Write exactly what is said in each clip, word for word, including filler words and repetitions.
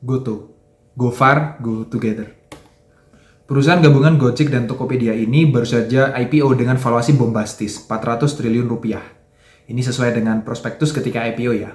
GoTo. Go far, go together. Perusahaan gabungan Gojek dan Tokopedia ini baru saja I P O dengan valuasi bombastis empat ratus triliun rupiah. Ini sesuai dengan prospektus ketika I P O ya.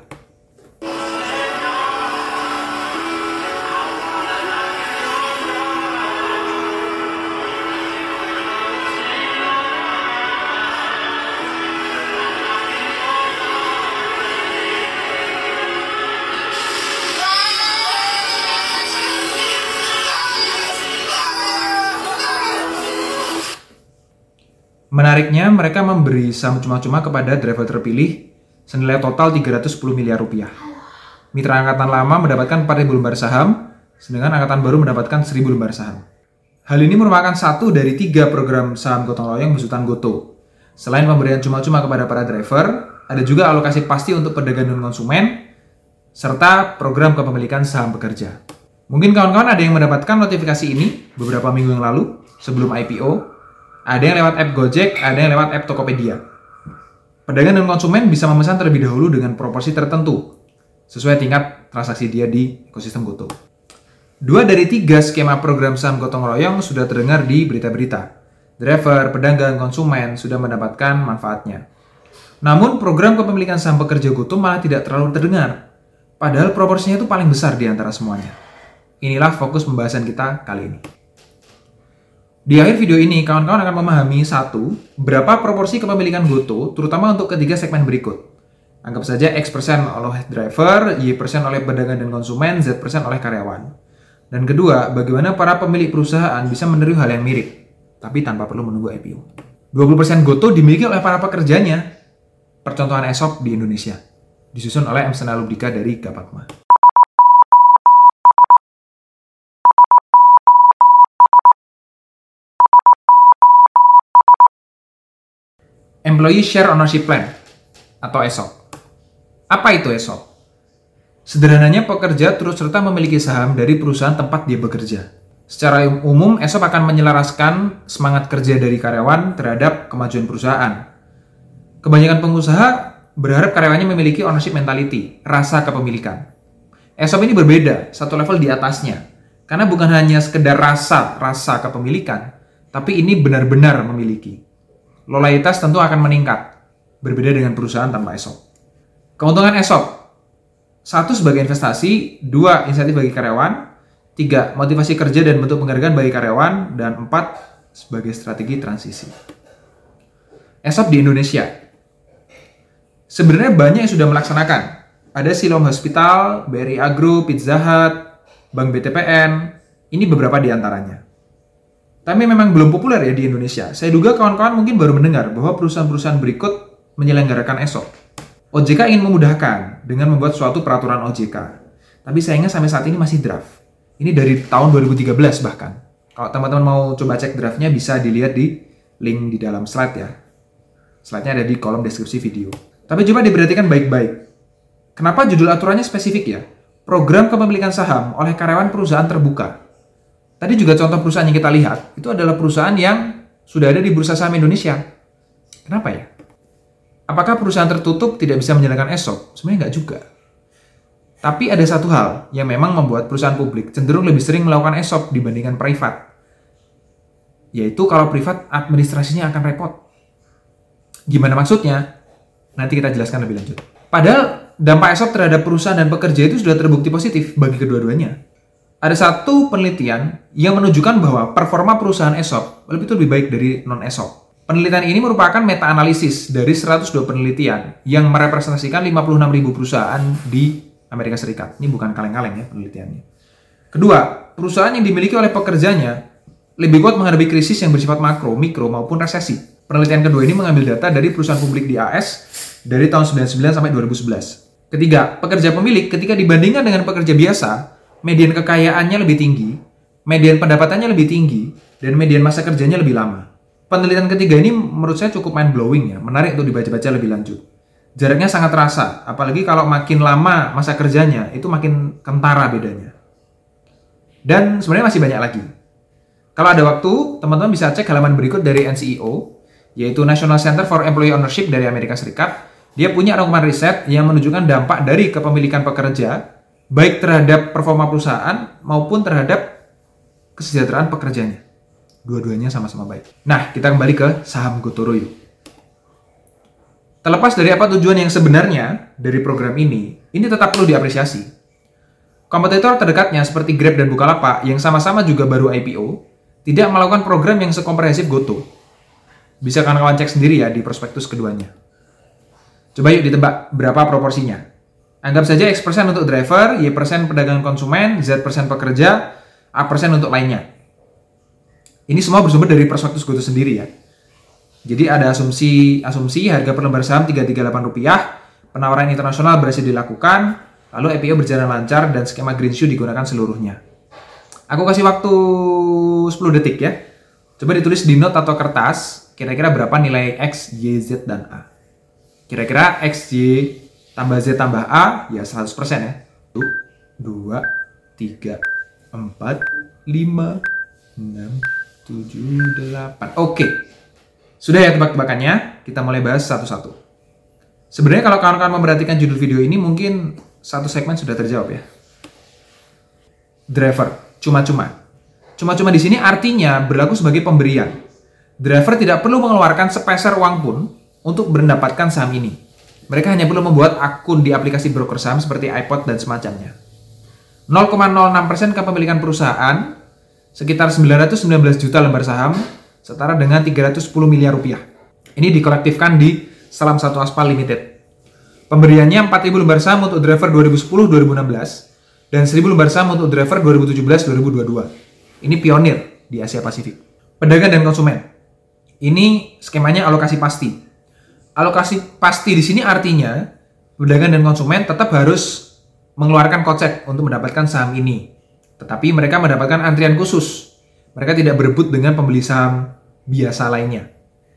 Menariknya, mereka memberi saham cuma-cuma kepada driver terpilih senilai total tiga ratus sepuluh miliar rupiah. Mitra angkatan lama mendapatkan empat ribu lembar saham, sedangkan angkatan baru mendapatkan seribu lembar saham. Hal ini merupakan satu dari tiga program saham gotong royong besutan GoTo. Selain pemberian cuma-cuma kepada para driver, ada juga alokasi pasti untuk pedagang dan konsumen, serta program kepemilikan saham pekerja. Mungkin kawan-kawan ada yang mendapatkan notifikasi ini beberapa minggu yang lalu sebelum I P O. Ada yang lewat app Gojek, ada yang lewat app Tokopedia. Pedagang dan konsumen bisa memesan terlebih dahulu dengan proporsi tertentu, sesuai tingkat transaksi dia di ekosistem GoTo. Dua dari tiga skema program saham gotong royong sudah terdengar di berita-berita. Driver, pedagang, konsumen sudah mendapatkan manfaatnya. Namun program kepemilikan saham pekerja GoTo malah tidak terlalu terdengar, padahal proporsinya itu paling besar di antara semuanya. Inilah fokus pembahasan kita kali ini. Di akhir video ini, kawan-kawan akan memahami satu, berapa proporsi kepemilikan GoTo, terutama untuk ketiga segmen berikut. Anggap saja X persen oleh driver, Y persen oleh pedagang dan konsumen, Z persen oleh karyawan. Dan kedua, bagaimana para pemilik perusahaan bisa meniru hal yang mirip, tapi tanpa perlu menunggu I P O. dua puluh persen GoTo dimiliki oleh para pekerjanya. Percontohan E S O P di Indonesia, disusun oleh M. Senalubdika dari Gapatma. Employee Share Ownership Plan atau E S O P. Apa itu E S O P? Sederhananya, pekerja turut serta memiliki saham dari perusahaan tempat dia bekerja. Secara umum, E S O P akan menyelaraskan semangat kerja dari karyawan terhadap kemajuan perusahaan. Kebanyakan pengusaha berharap karyawannya memiliki ownership mentality, rasa kepemilikan. E S O P ini berbeda, satu level di atasnya. Karena bukan hanya sekedar rasa, rasa kepemilikan, tapi ini benar-benar memiliki. Loyalitas tentu akan meningkat, berbeda dengan perusahaan tanpa E S O P. Keuntungan E S O P: satu, sebagai investasi, dua, insentif bagi karyawan, tiga, motivasi kerja dan bentuk penghargaan bagi karyawan, dan empat, sebagai strategi transisi. E S O P di Indonesia. Sebenarnya banyak yang sudah melaksanakan. Ada Siloam Hospital, B R I Agro, Pizza Hut, Bank B T P N, ini beberapa di antaranya. Tapi memang belum populer ya di Indonesia. Saya duga kawan-kawan mungkin baru mendengar bahwa perusahaan-perusahaan berikut menyelenggarakan E S O P. O J K ingin memudahkan dengan membuat suatu peraturan O J K. Tapi sayangnya sampai saat ini masih draft. Ini dari tahun dua ribu tiga belas bahkan. Kalau teman-teman mau coba cek draftnya bisa dilihat di link di dalam slide ya. Slide-nya ada di kolom deskripsi video. Tapi coba diperhatikan baik-baik. Kenapa judul aturannya spesifik ya? Program kepemilikan saham oleh karyawan perusahaan terbuka. Tadi juga contoh perusahaan yang kita lihat, itu adalah perusahaan yang sudah ada di Bursa Saham Indonesia. Kenapa ya? Apakah perusahaan tertutup tidak bisa menjalankan E S O P? Sebenarnya nggak juga. Tapi ada satu hal yang memang membuat perusahaan publik cenderung lebih sering melakukan E S O P dibandingkan privat. Yaitu kalau privat administrasinya akan repot. Gimana maksudnya? Nanti kita jelaskan lebih lanjut. Padahal dampak E S O P terhadap perusahaan dan pekerja itu sudah terbukti positif bagi kedua-duanya. Ada satu penelitian yang menunjukkan bahwa performa perusahaan E S O P lebih lebih baik dari non-E S O P. Penelitian ini merupakan meta-analisis dari seratus dua penelitian yang merepresentasikan lima puluh enam ribu perusahaan di Amerika Serikat. Ini bukan kaleng-kaleng ya penelitiannya. Kedua, perusahaan yang dimiliki oleh pekerjanya lebih kuat menghadapi krisis yang bersifat makro, mikro, maupun resesi. Penelitian kedua ini mengambil data dari perusahaan publik di A S dari tahun sembilan puluh sembilan sampai dua ribu sebelas. Ketiga, pekerja pemilik ketika dibandingkan dengan pekerja biasa, median kekayaannya lebih tinggi, median pendapatannya lebih tinggi, dan median masa kerjanya lebih lama. Penelitian ketiga ini menurut saya cukup mind-blowing ya, menarik untuk dibaca-baca lebih lanjut. Jaraknya sangat terasa, apalagi kalau makin lama masa kerjanya, itu makin kentara bedanya. Dan sebenarnya masih banyak lagi. Kalau ada waktu, teman-teman bisa cek halaman berikut dari N C E O, yaitu National Center for Employee Ownership dari Amerika Serikat. Dia punya rangkuman riset yang menunjukkan dampak dari kepemilikan pekerja baik terhadap performa perusahaan maupun terhadap kesejahteraan pekerjanya. Dua-duanya sama-sama baik. Nah, kita kembali ke saham Gotoro yuk. Terlepas dari apa tujuan yang sebenarnya dari program ini, ini tetap perlu diapresiasi. Kompetitor terdekatnya seperti Grab dan Bukalapak yang sama-sama juga baru I P O, tidak melakukan program yang sekomprehensif Goto. Bisa kawan-kawan cek sendiri ya di prospektus keduanya. Coba yuk ditebak berapa proporsinya. Anggap saja X persen untuk driver, Y persen perdagangan konsumen, Z persen pekerja, A persen untuk lainnya. Ini semua bersumber dari prospektus Goto sendiri ya. Jadi ada asumsi asumsi harga per lembar saham tiga ratus tiga puluh delapan rupiah, penawaran internasional berhasil dilakukan, lalu I P O berjalan lancar dan skema greenshoe digunakan seluruhnya. Aku kasih waktu sepuluh detik ya. Coba ditulis di note atau kertas, kira-kira berapa nilai X, Y, Z, dan A. Kira-kira X, Y, tambah Z, tambah A, ya seratus persen ya. satu, dua, tiga, empat, lima, enam, tujuh, delapan. Oke. Sudah ya tebak-tebakannya, kita mulai bahas satu-satu. Sebenarnya kalau kawan-kawan memperhatikan judul video ini, mungkin satu segmen sudah terjawab ya. Driver, cuma-cuma. Cuma-cuma di sini artinya berlaku sebagai pemberian. Driver tidak perlu mengeluarkan sepeser uang pun untuk mendapatkan saham ini. Mereka hanya perlu membuat akun di aplikasi broker saham seperti iPod dan semacamnya. nol koma nol enam persen kepemilikan perusahaan, sekitar sembilan ratus sembilan belas juta lembar saham, setara dengan tiga ratus sepuluh miliar rupiah. Ini dikolektifkan di Salam Satu Aspal Limited. Pemberiannya empat ribu lembar saham untuk driver dua ribu sepuluh dua ribu enam belas dan seribu lembar saham untuk driver dua ribu tujuh belas dua ribu dua puluh dua. Ini pionir di Asia Pasifik. Pedagang dan konsumen. Ini skemanya alokasi pasti. Alokasi pasti di sini artinya pedagang dan konsumen tetap harus mengeluarkan kocek untuk mendapatkan saham ini. Tetapi mereka mendapatkan antrian khusus. Mereka tidak berebut dengan pembeli saham biasa lainnya.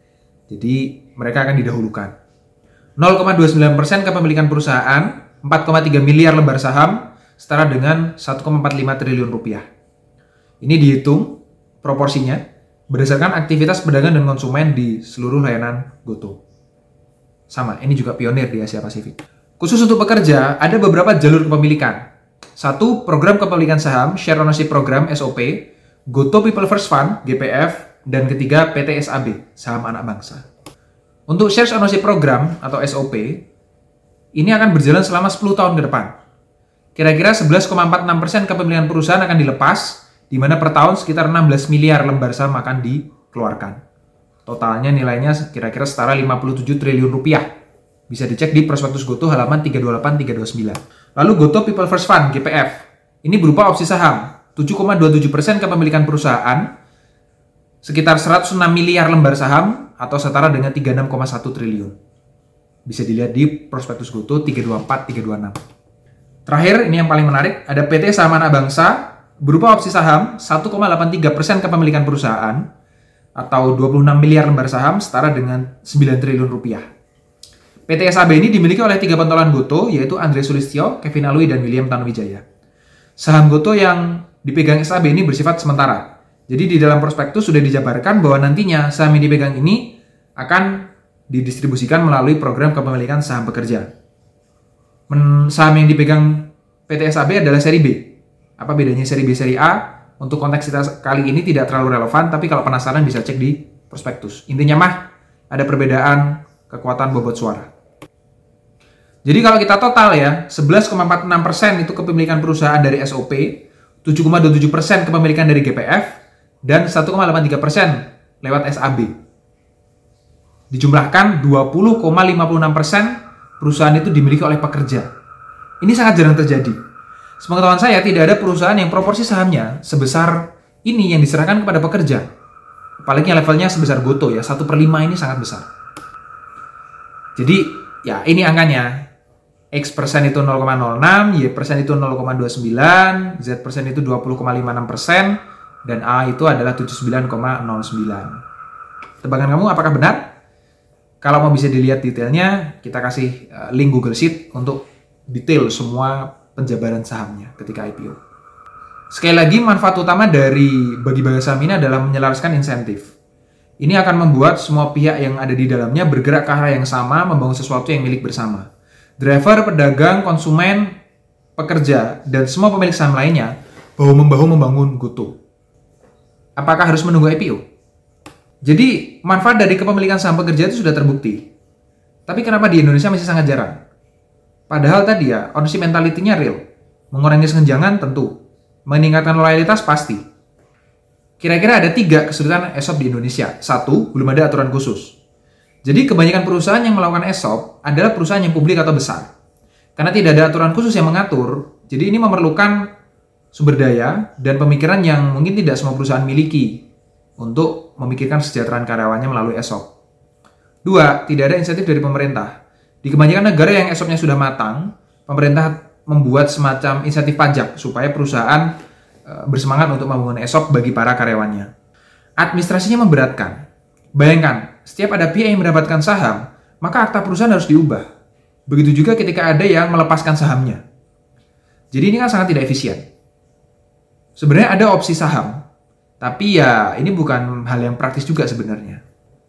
Jadi mereka akan didahulukan. nol koma dua sembilan persen kepemilikan perusahaan, empat koma tiga miliar lembar saham, setara dengan satu koma empat lima triliun rupiah. Ini dihitung proporsinya berdasarkan aktivitas pedagang dan konsumen di seluruh layanan Goto. Sama, ini juga pionir di Asia Pasifik. Khusus untuk pekerja, ada beberapa jalur kepemilikan. Satu, program kepemilikan saham, Share Ownership Program, S O P, Goto People First Fund, G P F, dan ketiga, P T S A B, Saham Anak Bangsa. Untuk Share Ownership Program, atau S O P, ini akan berjalan selama sepuluh tahun ke depan. Kira-kira sebelas koma empat enam persen kepemilikan perusahaan akan dilepas, di mana per tahun sekitar enam belas miliar lembar saham akan dikeluarkan. Totalnya nilainya kira-kira setara lima puluh tujuh triliun rupiah. Bisa dicek di prospektus Goto halaman tiga dua delapan tiga dua sembilan. Lalu Goto People First Fund, G P F. Ini berupa opsi saham, tujuh koma dua tujuh persen kepemilikan perusahaan, sekitar seratus enam miliar lembar saham, atau setara dengan tiga puluh enam koma satu triliun. Bisa dilihat di prospektus Goto tiga dua empat tiga dua enam. Terakhir, ini yang paling menarik, ada P T Saham Anak Bangsa, berupa opsi saham, satu koma delapan tiga persen kepemilikan perusahaan, atau dua puluh enam miliar lembar saham, setara dengan sembilan triliun rupiah. P T S A B ini dimiliki oleh tiga pentolan Goto, yaitu Andre Sulistyo, Kevin Alwi, dan William Tanuwijaya. Saham Goto yang dipegang S A B ini bersifat sementara. Jadi di dalam prospektus sudah dijabarkan bahwa nantinya saham yang dipegang ini akan didistribusikan melalui program kepemilikan saham pekerja. Men- saham yang dipegang P T S A B adalah seri B. Apa bedanya seri B, seri A? Untuk konteks kita kali ini tidak terlalu relevan, tapi kalau penasaran bisa cek di prospektus. Intinya mah, ada perbedaan kekuatan bobot suara. Jadi kalau kita total ya, sebelas koma empat enam persen itu kepemilikan perusahaan dari S O P, tujuh koma dua tujuh persen kepemilikan dari G P F, dan satu koma delapan tiga persen lewat S A B. Dijumlahkan dua puluh koma lima puluh enam persen perusahaan itu dimiliki oleh pekerja. Ini sangat jarang terjadi. Sepengetahuan saya tidak ada perusahaan yang proporsi sahamnya sebesar ini yang diserahkan kepada pekerja. Apalagi yang levelnya sebesar Goto ya, satu per lima ini sangat besar. Jadi ya ini angkanya. X persen itu nol koma nol enam, Y persen itu nol koma dua sembilan, Z persen itu dua puluh koma lima enam persen, dan A itu adalah tujuh puluh sembilan koma nol sembilan. Tebakan kamu apakah benar? Kalau mau bisa dilihat detailnya, kita kasih link Google Sheet untuk detail semua penjabaran sahamnya ketika I P O. Sekali lagi, manfaat utama dari bagi-bagi saham ini adalah menyelaraskan insentif. Ini akan membuat semua pihak yang ada di dalamnya bergerak ke arah yang sama, membangun sesuatu yang milik bersama. Driver, pedagang, konsumen, pekerja, dan semua pemilik saham lainnya bahu-membahu membangun GoTo. Apakah harus menunggu I P O? Jadi, manfaat dari kepemilikan saham pekerja itu sudah terbukti. Tapi kenapa di Indonesia masih sangat jarang? Padahal tadi ya, ownership mentality-nya real. Mengurangi kesenjangan tentu. Meningkatkan loyalitas pasti. Kira-kira ada tiga kesulitan E S O P di Indonesia. Satu, belum ada aturan khusus. Jadi kebanyakan perusahaan yang melakukan E S O P adalah perusahaan yang publik atau besar. Karena tidak ada aturan khusus yang mengatur, jadi ini memerlukan sumber daya dan pemikiran yang mungkin tidak semua perusahaan miliki untuk memikirkan kesejahteraan karyawannya melalui E S O P. Dua, tidak ada insentif dari pemerintah. Di kebanyakan negara yang E S O P-nya sudah matang, pemerintah membuat semacam insentif pajak supaya perusahaan e, bersemangat untuk membangun E S O P bagi para karyawannya. Administrasinya memberatkan. Bayangkan, setiap ada pihak yang mendapatkan saham, maka akta perusahaan harus diubah. Begitu juga ketika ada yang melepaskan sahamnya. Jadi ini kan sangat tidak efisien. Sebenarnya ada opsi saham, tapi ya ini bukan hal yang praktis juga sebenarnya.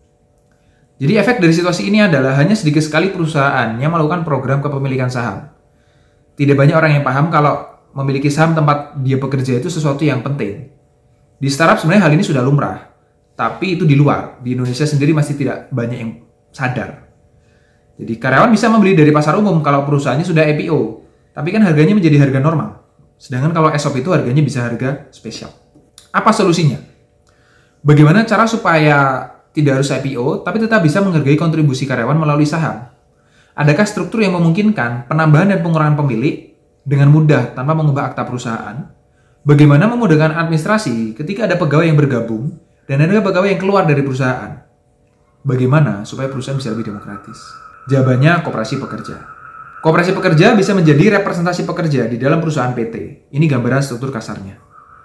Jadi efek dari situasi ini adalah hanya sedikit sekali perusahaan yang melakukan program kepemilikan saham. Tidak banyak orang yang paham kalau memiliki saham tempat dia bekerja itu sesuatu yang penting. Di startup sebenarnya hal ini sudah lumrah, tapi itu di luar. Di Indonesia sendiri masih tidak banyak yang sadar. Jadi karyawan bisa membeli dari pasar umum kalau perusahaannya sudah I P O, tapi kan harganya menjadi harga normal. Sedangkan kalau E S O P itu harganya bisa harga spesial. Apa solusinya? Bagaimana cara supaya tidak harus I P O, tapi tetap bisa menghargai kontribusi karyawan melalui saham? Adakah struktur yang memungkinkan penambahan dan pengurangan pemilik dengan mudah tanpa mengubah akta perusahaan? Bagaimana memudahkan administrasi ketika ada pegawai yang bergabung dan ada pegawai yang keluar dari perusahaan? Bagaimana supaya perusahaan bisa lebih demokratis? Jawabannya koperasi pekerja. Koperasi pekerja bisa menjadi representasi pekerja di dalam perusahaan P T. Ini gambaran struktur kasarnya.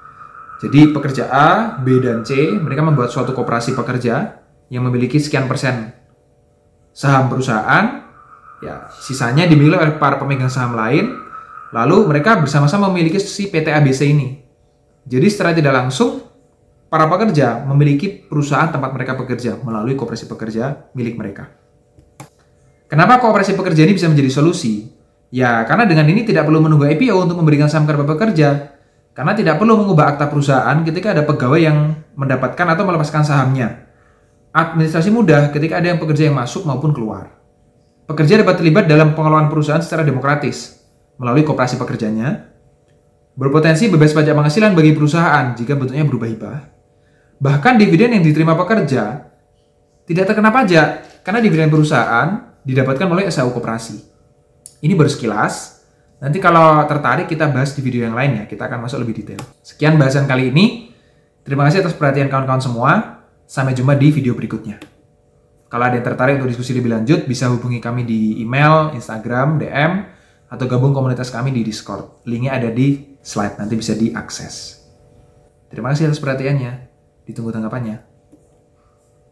Jadi pekerja A, B, dan C, mereka membuat suatu koperasi pekerja yang memiliki sekian persen saham perusahaan, ya sisanya dimiliki oleh para pemegang saham lain, lalu mereka bersama-sama memiliki si P T A B C ini. Jadi secara tidak langsung, para pekerja memiliki perusahaan tempat mereka bekerja melalui koperasi pekerja milik mereka. Kenapa koperasi pekerja ini bisa menjadi solusi? Ya, karena dengan ini tidak perlu menunggu I P O untuk memberikan saham kepada pekerja. Karena tidak perlu mengubah akta perusahaan ketika ada pegawai yang mendapatkan atau melepaskan sahamnya. Administrasi mudah ketika ada yang pekerja yang masuk maupun keluar. Pekerja dapat terlibat dalam pengelolaan perusahaan secara demokratis melalui koperasi pekerjanya. Berpotensi bebas pajak penghasilan bagi perusahaan jika bentuknya berubah hibah. Bahkan dividen yang diterima pekerja tidak terkena pajak karena dividen perusahaan didapatkan oleh S A U koperasi. Ini baru sekilas. Nanti kalau tertarik kita bahas di video yang lain ya. Kita akan masuk lebih detail. Sekian bahasan kali ini. Terima kasih atas perhatian kawan-kawan semua. Sampai jumpa di video berikutnya. Kalau ada yang tertarik untuk diskusi lebih lanjut, bisa hubungi kami di email, Instagram, D M, atau gabung komunitas kami di Discord. Linknya ada di slide, nanti bisa diakses. Terima kasih atas perhatiannya. Ditunggu tanggapannya.